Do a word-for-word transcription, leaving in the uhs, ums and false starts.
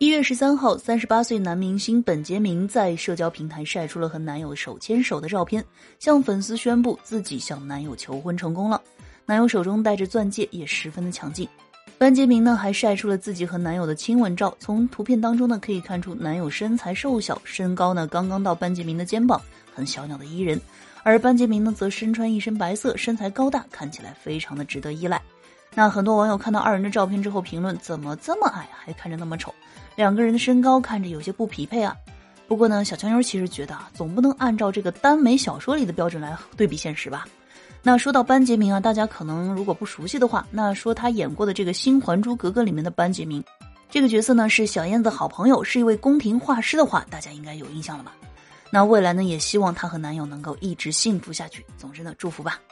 一月十三号，三十八岁男明星本杰明在社交平台晒出了和男友手牵手的照片，向粉丝宣布自己向男友求婚成功了。男友手中戴着钻戒，也十分的强劲。班杰明呢还晒出了自己和男友的亲吻照，从图片当中呢可以看出男友身材瘦小，身高呢刚刚到班杰明的肩膀，很小鸟的依人。而班杰明呢则身穿一身白色，身材高大，看起来非常的值得依赖。那很多网友看到二人的照片之后评论，怎么这么矮还看着那么丑，两个人的身高看着有些不匹配啊。不过呢小强友其实觉得啊，总不能按照这个耽美小说里的标准来对比现实吧。那说到班杰明啊，大家可能如果不熟悉的话，那说他演过的这个新还珠格格里面的班杰明，这个角色呢是小燕子好朋友，是一位宫廷画师的话，大家应该有印象了吧。那未来呢也希望她和男友能够一直幸福下去，总之呢祝福吧。